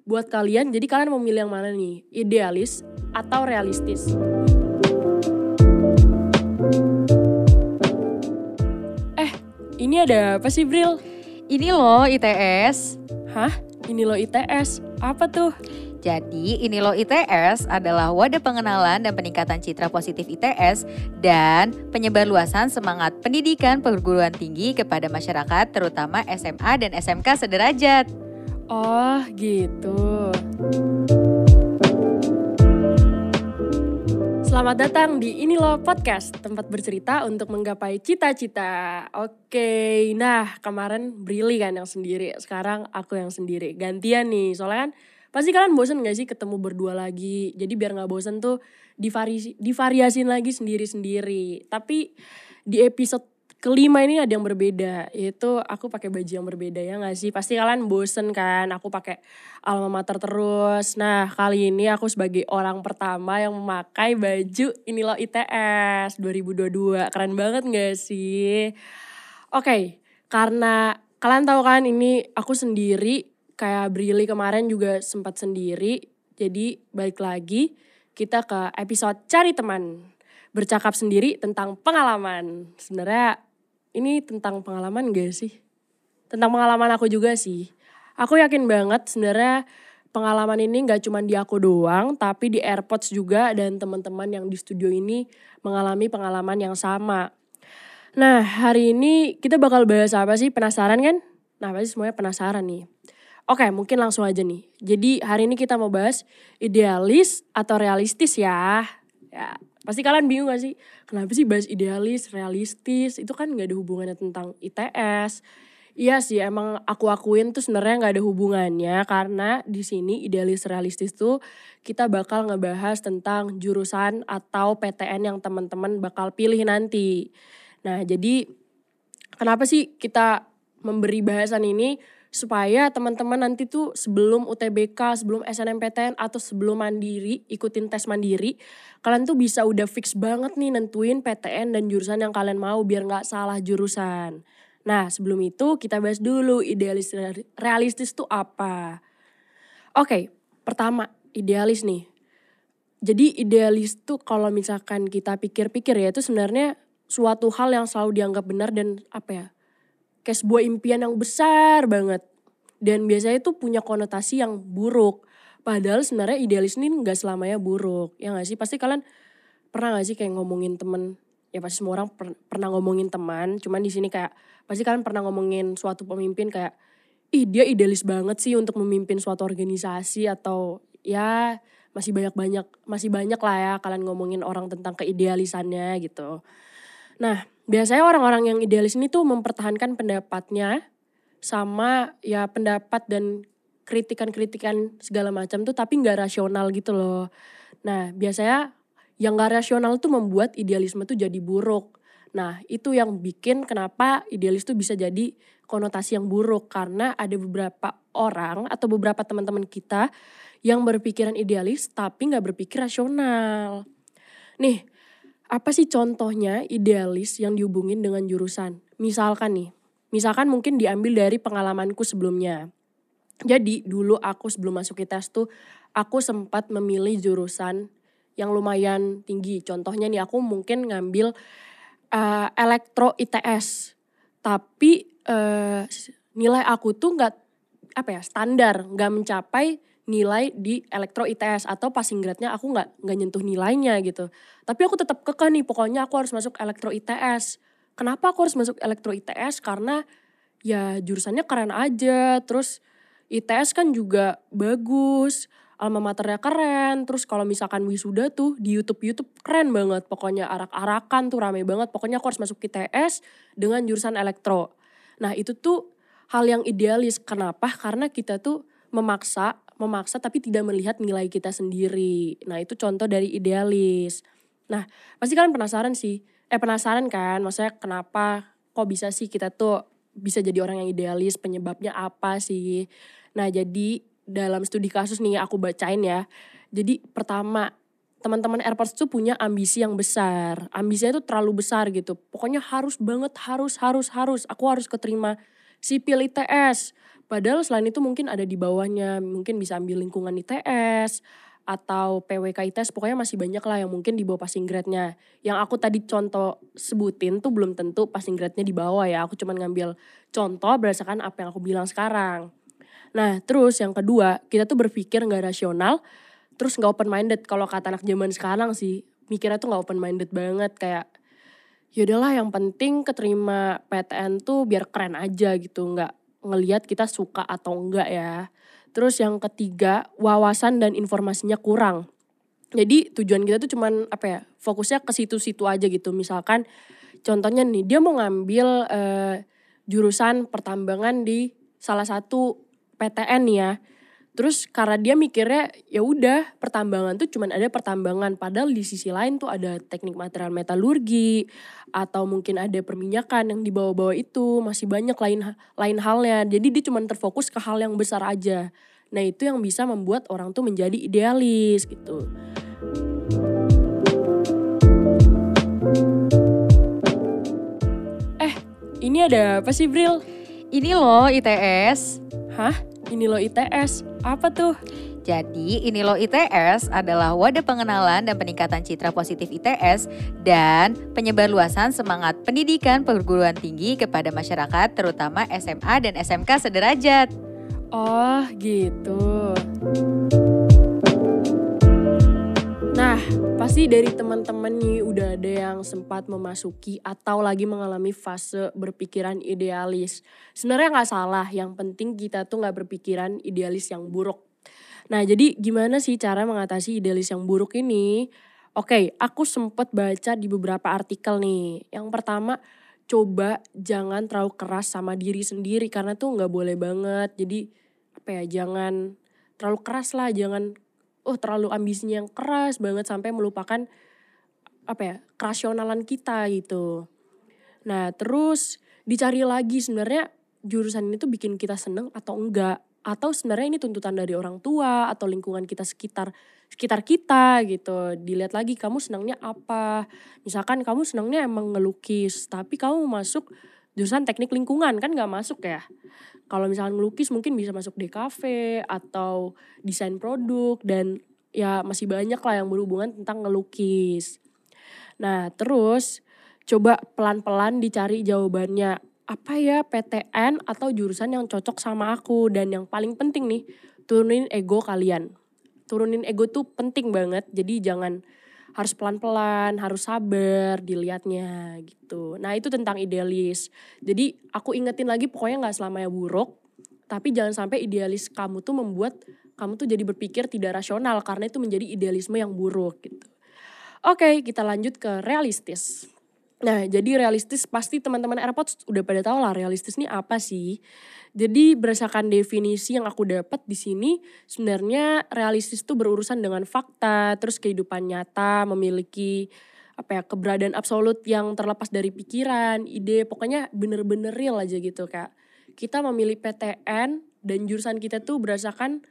buat kalian. Jadi kalian mau milih yang mana nih? Idealis atau realistis? Ini ada apa sih, Bril? Ini loh ITS. Hah? Ini loh ITS? Apa tuh? Jadi ini loh ITS adalah wadah pengenalan dan peningkatan citra positif ITS dan penyebarluasan semangat pendidikan perguruan tinggi kepada masyarakat terutama SMA dan SMK sederajat. Oh gitu. Selamat datang di Ini Loh Podcast, tempat bercerita untuk menggapai cita-cita. Oke, nah kemarin Brili kan yang sendiri, sekarang aku yang sendiri. Gantian nih, soalnya kan pasti kalian bosen gak sih ketemu berdua lagi. Jadi biar gak bosen tuh divariasin lagi sendiri-sendiri. Tapi di episode kelima ini ada yang berbeda, yaitu aku pakai baju yang berbeda ya gak sih? Pasti kalian bosen kan, aku pakai alma mater terus. Nah kali ini aku sebagai orang pertama yang memakai baju Ini Loh ITS 2022. Keren banget gak sih? Oke, karena kalian tahu kan ini aku sendiri, kayak Brili kemarin juga sempat sendiri. Jadi balik lagi kita ke episode Cari Teman. Bercakap sendiri tentang pengalaman. Sebenarnya ini tentang pengalaman gak sih? Tentang pengalaman aku juga sih. Aku yakin banget sebenarnya pengalaman ini gak cuma di aku doang, tapi di AirPods juga dan teman-teman yang di studio ini mengalami pengalaman yang sama. Nah hari ini kita bakal bahas apa sih? Penasaran kan? Nah pasti semuanya penasaran nih. Oke, mungkin langsung aja nih. Jadi hari ini kita mau bahas idealis atau realistis ya. Ya, pasti kalian bingung gak sih? Kenapa sih bahas idealis, realistis? Itu kan gak ada hubungannya tentang ITS. Iya sih, emang aku akuin tuh sebenarnya gak ada hubungannya. Karena di sini idealis realistis tuh kita bakal ngebahas tentang jurusan atau PTN yang teman-teman bakal pilih nanti. Nah, jadi kenapa sih kita memberi bahasan ini? Supaya teman-teman nanti tuh sebelum UTBK, sebelum SNMPTN atau sebelum mandiri, ikutin tes mandiri, kalian tuh bisa udah fix banget nih nentuin PTN dan jurusan yang kalian mau biar gak salah jurusan. Nah sebelum itu kita bahas dulu idealis realistis tuh apa. Oke, pertama idealis nih. Jadi idealis tuh kalau misalkan kita pikir-pikir ya itu sebenarnya suatu hal yang selalu dianggap benar dan apa ya, kayak sebuah impian yang besar banget. Dan biasanya itu punya konotasi yang buruk. Padahal sebenarnya idealis ini gak selamanya buruk. Ya gak sih? Pasti kalian pernah gak sih kayak ngomongin temen. Ya pasti semua orang pernah ngomongin teman. Cuman di sini kayak pasti kalian pernah ngomongin suatu pemimpin kayak, ih dia idealis banget sih untuk memimpin suatu organisasi. Atau ya masih banyak lah ya kalian ngomongin orang tentang keidealisannya gitu. Nah biasanya orang-orang yang idealis ini tuh mempertahankan pendapatnya sama ya pendapat dan kritikan-kritikan segala macam tuh tapi gak rasional gitu loh. Nah biasanya yang gak rasional tuh membuat idealisme tuh jadi buruk. Nah itu yang bikin kenapa idealis tuh bisa jadi konotasi yang buruk. Karena ada beberapa orang atau beberapa teman-teman kita yang berpikiran idealis tapi gak berpikir rasional. Nih, apa sih contohnya idealis yang dihubungin dengan jurusan? Misalkan mungkin diambil dari pengalamanku sebelumnya. Jadi dulu aku sebelum masuk ITS tuh aku sempat memilih jurusan yang lumayan tinggi. Contohnya nih aku mungkin ngambil elektro ITS. Tapi nilai aku tuh standar, gak mencapai nilai di elektro ITS atau passing grade-nya aku gak nyentuh nilainya gitu. Tapi aku tetap kekeh nih pokoknya aku harus masuk elektro ITS. Kenapa aku harus masuk elektro ITS? Karena ya jurusannya keren aja. Terus ITS kan juga bagus, alma maternya keren. Terus kalau misalkan wisuda tuh di YouTube keren banget. Pokoknya arak-arakan tuh rame banget. Pokoknya aku harus masuk ITS dengan jurusan elektro. Nah itu tuh hal yang idealis. Kenapa? Karena kita tuh memaksa tapi tidak melihat nilai kita sendiri. Nah itu contoh dari idealis. Nah pasti kalian penasaran kan maksudnya kenapa kok bisa sih kita tuh bisa jadi orang yang idealis, penyebabnya apa sih. Nah jadi dalam studi kasus nih aku bacain ya. Jadi pertama teman-teman AirPods tuh punya ambisi yang besar. Ambisinya tuh terlalu besar gitu. Pokoknya harus banget, harus. Aku harus keterima sipil ITS. Padahal selain itu mungkin ada di bawahnya, mungkin bisa ambil lingkungan ITS atau PWK ITS, pokoknya masih banyak lah yang mungkin di bawah passing grade-nya. Yang aku tadi contoh sebutin tuh belum tentu passing grade-nya di bawah ya, aku cuman ngambil contoh berdasarkan apa yang aku bilang sekarang. Nah terus yang kedua, kita tuh berpikir gak rasional, terus gak open minded. Kalau kata anak zaman sekarang sih, mikirnya tuh gak open minded banget, kayak yaudahlah yang penting keterima PTN tuh biar keren aja gitu, nggak ngelihat kita suka atau enggak ya. Terus yang ketiga, wawasan dan informasinya kurang. Jadi tujuan kita tuh cuman apa ya, fokusnya ke situ-situ aja gitu. Misalkan contohnya nih, dia mau ngambil jurusan pertambangan di salah satu PTN nih ya. Terus karena dia mikirnya ya udah pertambangan tuh cuman ada pertambangan, padahal di sisi lain tuh ada teknik material metalurgi atau mungkin ada perminyakan yang di bawah-bawah itu, masih banyak lain halnya. Jadi dia cuman terfokus ke hal yang besar aja. Nah, itu yang bisa membuat orang tuh menjadi idealis gitu. Ini ada apa sih, Bril? Ini loh ITS. Hah? Ini loh ITS? Apa tuh? Jadi ini loh ITS adalah wadah pengenalan dan peningkatan citra positif ITS dan penyebarluasan semangat pendidikan perguruan tinggi kepada masyarakat terutama SMA dan SMK sederajat. Oh gitu. Nah, pasti dari teman-teman nih udah ada yang sempat memasuki atau lagi mengalami fase berpikiran idealis. Sebenarnya nggak salah, yang penting kita tuh nggak berpikiran idealis yang buruk. Nah, jadi gimana sih cara mengatasi idealis yang buruk ini? Oke, aku sempat baca di beberapa artikel nih. Yang pertama, coba jangan terlalu keras sama diri sendiri karena tuh nggak boleh banget. Jadi apa ya, jangan terlalu keras lah, jangan terlalu ambisinya yang keras banget sampai melupakan apa ya, kerasionalan kita gitu. Nah, terus dicari lagi sebenarnya jurusan ini tuh bikin kita seneng atau enggak, atau sebenarnya ini tuntutan dari orang tua atau lingkungan kita sekitar kita gitu. Dilihat lagi kamu senangnya apa. Misalkan kamu senangnya emang ngelukis, tapi kamu masuk jurusan teknik lingkungan, kan nggak masuk ya. Kalau misalkan ngelukis mungkin bisa masuk DKV atau desain produk dan ya masih banyak lah yang berhubungan tentang ngelukis. Nah terus coba pelan-pelan dicari jawabannya. Apa ya PTN atau jurusan yang cocok sama aku, dan yang paling penting nih, turunin ego kalian. Turunin ego tuh penting banget, jadi jangan, harus pelan-pelan, harus sabar dilihatnya gitu. Nah itu tentang idealis. Jadi aku ingetin lagi, pokoknya gak selamanya buruk, tapi jangan sampai idealis kamu tuh membuat kamu tuh jadi berpikir tidak rasional karena itu menjadi idealisme yang buruk gitu. Oke, kita lanjut ke realistis. Nah, jadi realistis pasti teman-teman AirPods udah pada tahu lah realistis ini apa sih. Jadi berdasarkan definisi yang aku dapat di sini, sebenarnya realistis itu berurusan dengan fakta, terus kehidupan nyata, memiliki apa ya, keberadaan absolut yang terlepas dari pikiran, ide, pokoknya bener-bener real aja gitu Kak. Kita memilih PTN dan jurusan kita tuh berdasarkan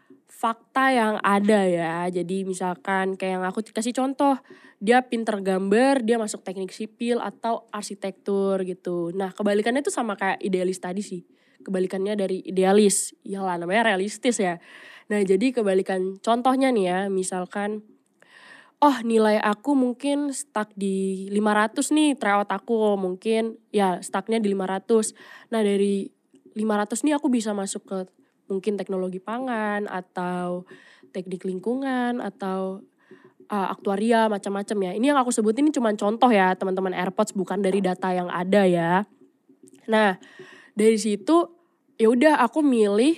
fakta yang ada ya. Jadi misalkan kayak yang aku kasih contoh, dia pinter gambar, dia masuk teknik sipil atau arsitektur gitu. Nah kebalikannya tuh sama kayak idealis tadi sih. Kebalikannya dari idealis, iyalah namanya realistis ya. Nah jadi kebalikan contohnya nih ya, misalkan nilai aku mungkin stuck di 500 nih, tryout aku mungkin ya stucknya di 500. Nah dari 500 nih aku bisa masuk ke mungkin teknologi pangan atau teknik lingkungan atau aktuaria macam-macam ya. Ini yang aku sebutin ini cuma contoh ya teman-teman AirPods, bukan dari data yang ada ya. Nah dari situ ya udah aku milih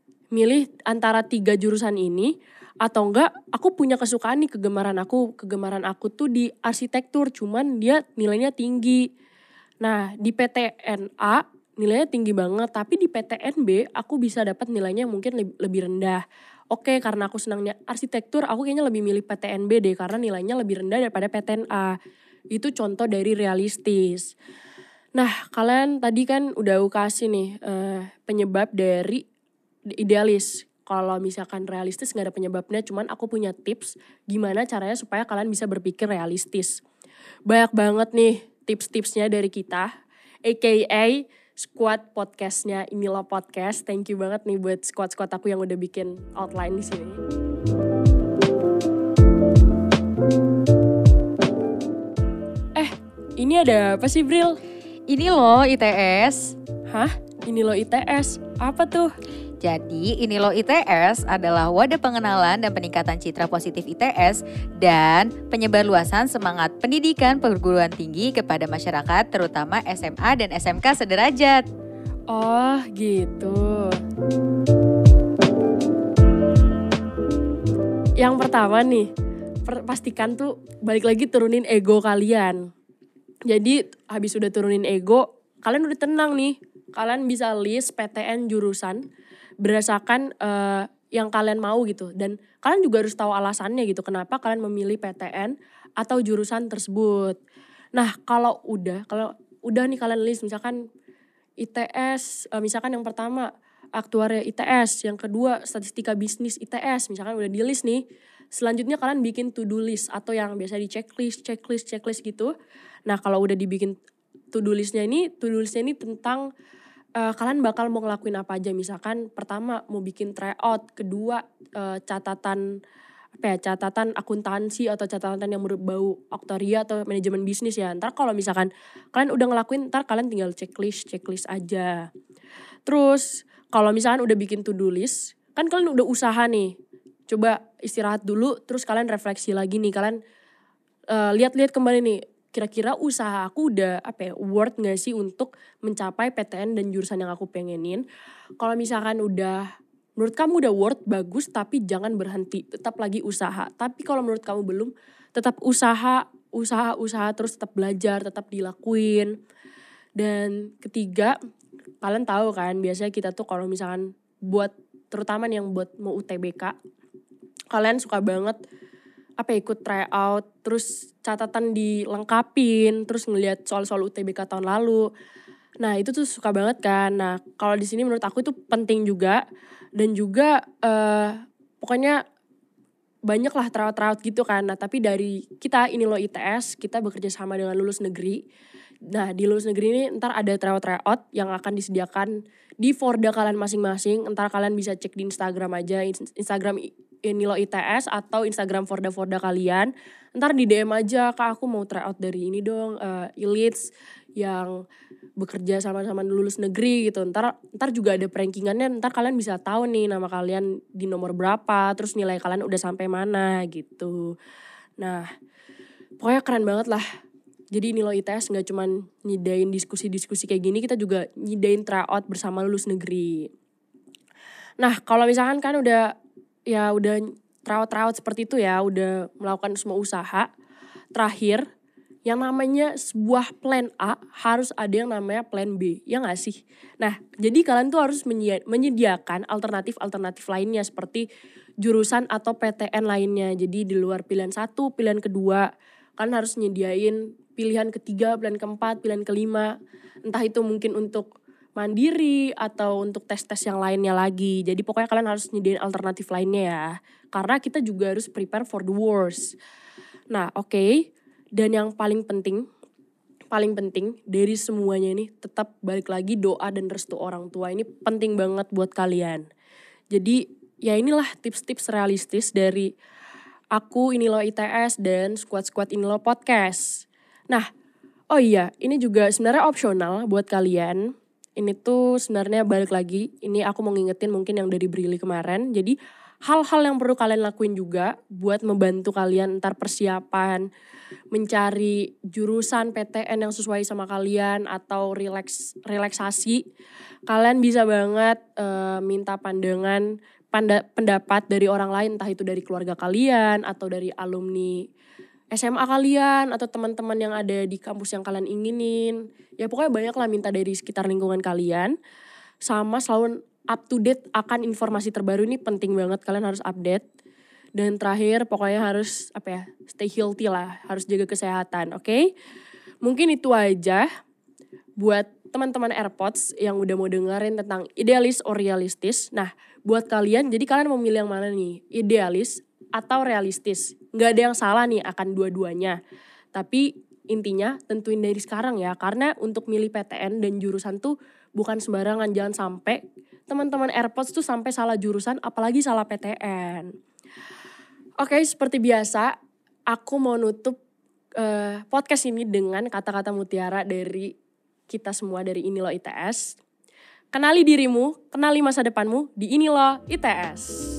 antara 3 jurusan ini atau enggak aku punya kesukaan nih, kegemaran aku tuh di arsitektur, cuman dia nilainya tinggi. Nah di PTN A nilainya tinggi banget, tapi di PTN B aku bisa dapat nilainya mungkin lebih rendah. Oke, karena aku senangnya arsitektur, aku kayaknya lebih milih PTN B deh karena nilainya lebih rendah daripada PTN A. Itu contoh dari realistis. Nah kalian tadi kan udah aku kasih nih penyebab dari idealis. Kalau misalkan realistis gak ada penyebabnya, cuman aku punya tips gimana caranya supaya kalian bisa berpikir realistis. Banyak banget nih tips-tipsnya dari kita, aka squad podcastnya Inilah Podcast. Thank you banget nih buat squad aku yang udah bikin outline di sini. Ini ada apa sih, Bril? Ini loh ITS. Hah? Ini loh ITS? Apa tuh? Jadi ini loh ITS adalah wadah pengenalan dan peningkatan citra positif ITS dan penyebarluasan semangat pendidikan perguruan tinggi kepada masyarakat terutama SMA dan SMK sederajat. Oh gitu. Yang pertama nih, pastikan tuh balik lagi turunin ego kalian. Jadi habis udah turunin ego, kalian udah tenang nih. Kalian bisa list PTN jurusan berdasarkan yang kalian mau gitu. Dan kalian juga harus tahu alasannya gitu. Kenapa kalian memilih PTN atau jurusan tersebut. Nah kalau udah nih kalian list misalkan ITS, misalkan yang pertama aktuaria ITS, yang kedua statistika bisnis ITS, misalkan udah di list nih. Selanjutnya kalian bikin to-do list atau yang biasa di checklist gitu. Nah kalau udah dibikin to-do listnya ini tentang kalian bakal mau ngelakuin apa aja. Misalkan pertama mau bikin tryout, kedua catatan akuntansi atau catatan yang berbau aktuaria atau manajemen bisnis ya. Ntar kalau misalkan kalian udah ngelakuin, ntar kalian tinggal checklist aja. Terus kalau misalkan udah bikin to-do list, kan kalian udah usaha nih. Coba istirahat dulu, terus kalian refleksi lagi nih. Kalian lihat-lihat kembali nih, kira-kira usaha aku udah worth gak sih untuk mencapai PTN dan jurusan yang aku pengenin. Kalau misalkan menurut kamu udah worth, bagus, tapi jangan berhenti, tetap lagi usaha. Tapi kalau menurut kamu belum, tetap usaha terus tetap belajar, tetap dilakuin. Dan ketiga, kalian tahu kan biasanya kita tuh kalau misalkan terutama yang buat mau UTBK, kalian suka banget ikut tryout, terus catatan dilengkapin, terus ngelihat soal-soal UTBK tahun lalu. Nah itu tuh suka banget kan. Nah kalau di sini menurut aku itu penting juga. Dan juga pokoknya banyak lah tryout gitu kan. Nah tapi dari kita ini loh ITS, kita bekerja sama dengan lulus negeri. Nah di lulus negeri ini ntar ada tryout yang akan disediakan di Forda kalian masing-masing. Ntar kalian bisa cek di Instagram aja, Instagram ini loh ITS atau Instagram Forda kalian. Ntar di DM aja, Kak aku mau tryout dari ini dong, elites yang bekerja sama-sama lulus negeri gitu. Ntar juga ada rankingannya, ntar kalian bisa tahu nih nama kalian di nomor berapa, terus nilai kalian udah sampai mana gitu. Nah pokoknya keren banget lah. Jadi ini loh ITS gak cuman nyidain diskusi-diskusi kayak gini, kita juga nyidain tryout bersama lulus negeri. Nah kalau misalkan kan udah tryout seperti itu ya, udah melakukan semua usaha. Terakhir, yang namanya sebuah plan A harus ada yang namanya plan B, ya gak sih? Nah, jadi kalian tuh harus menyediakan alternatif lainnya seperti jurusan atau PTN lainnya. Jadi di luar pilihan 1, pilihan kedua, kalian harus nyediain pilihan ketiga, pilihan keempat, pilihan kelima. Entah itu mungkin untuk mandiri atau untuk tes-tes yang lainnya lagi. Jadi pokoknya kalian harus nyediain alternatif lainnya ya. Karena kita juga harus prepare for the worst. Nah oke. Dan yang paling penting dari semuanya ini tetap balik lagi doa dan restu orang tua. Ini penting banget buat kalian. Jadi ya inilah tips-tips realistis dari aku ini loh ITS dan squad ini loh podcast. Nah oh iya ini juga sebenarnya opsional buat kalian. Ini tuh sebenarnya balik lagi, ini aku mau ngingetin mungkin yang dari Brili kemarin. Jadi hal-hal yang perlu kalian lakuin juga buat membantu kalian ntar persiapan, mencari jurusan PTN yang sesuai sama kalian atau relaksasi. Kalian bisa banget minta pendapat dari orang lain, entah itu dari keluarga kalian atau dari alumni SMA kalian atau teman-teman yang ada di kampus yang kalian inginin. Ya pokoknya banyak lah minta dari sekitar lingkungan kalian. Sama selalu up to date akan informasi terbaru, ini penting banget kalian harus update. Dan terakhir pokoknya harus stay healthy lah, harus jaga kesehatan, oke? Mungkin itu aja buat teman-teman AirPods yang udah mau dengerin tentang idealis or realistis. Nah buat kalian, jadi kalian mau milih yang mana nih? Idealis atau realistis? Gak ada yang salah nih akan dua-duanya. Tapi intinya tentuin dari sekarang ya. Karena untuk milih PTN dan jurusan tuh bukan sembarangan, jangan sampai teman-teman AirPods tuh sampai salah jurusan apalagi salah PTN. Oke, seperti biasa aku mau nutup podcast ini dengan kata-kata mutiara dari kita semua dari Ini Loh ITS. Kenali dirimu, kenali masa depanmu di Ini Loh ITS.